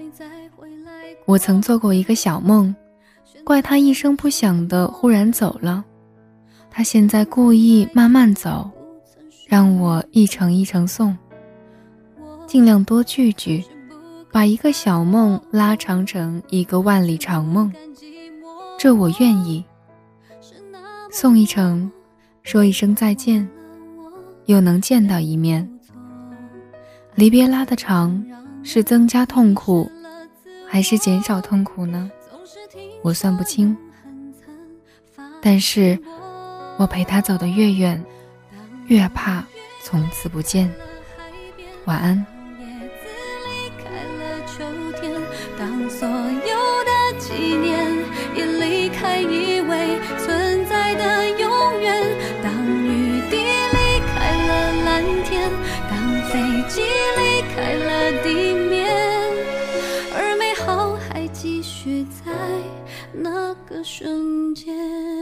我曾做过一个小梦，怪他一声不响地忽然走了，他现在故意慢慢走，让我一程一程送，尽量多聚聚，把一个小梦拉长成一个万里长梦，这我愿意。送一程，说一声再见，又能见到一面。离别拉得长，是增加痛苦还是减少痛苦呢？我算不清，但是我陪他走得越远，越怕从此不见。晚安。 当所有的纪念也离开以为存在的永远，当雨滴离开了蓝天，当飞机离开了地面，而美好还继续在那个瞬间。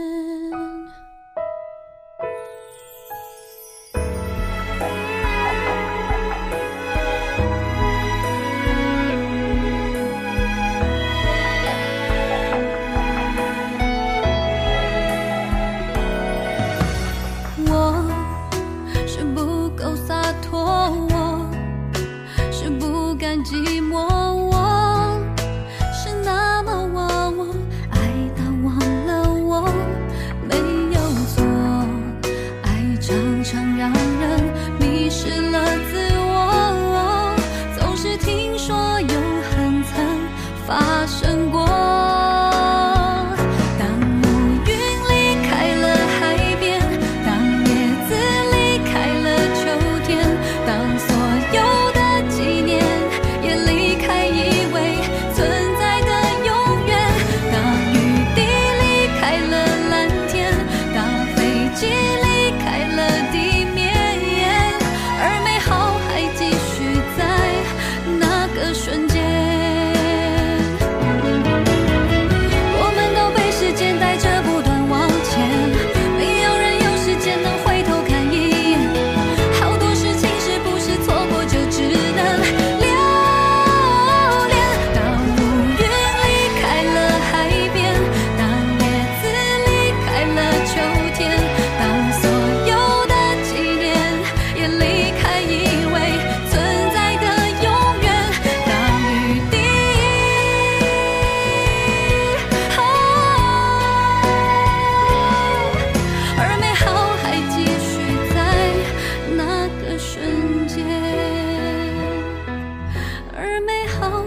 寂寞，我是那么忘我，爱到忘了我没有错，爱常常让人迷失了自我，总是听说永恒曾发生过。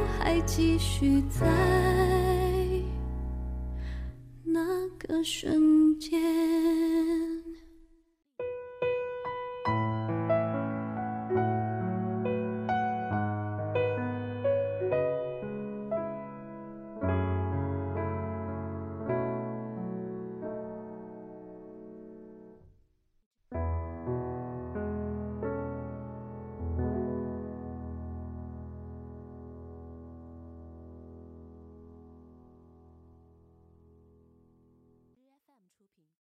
继续在那个瞬间。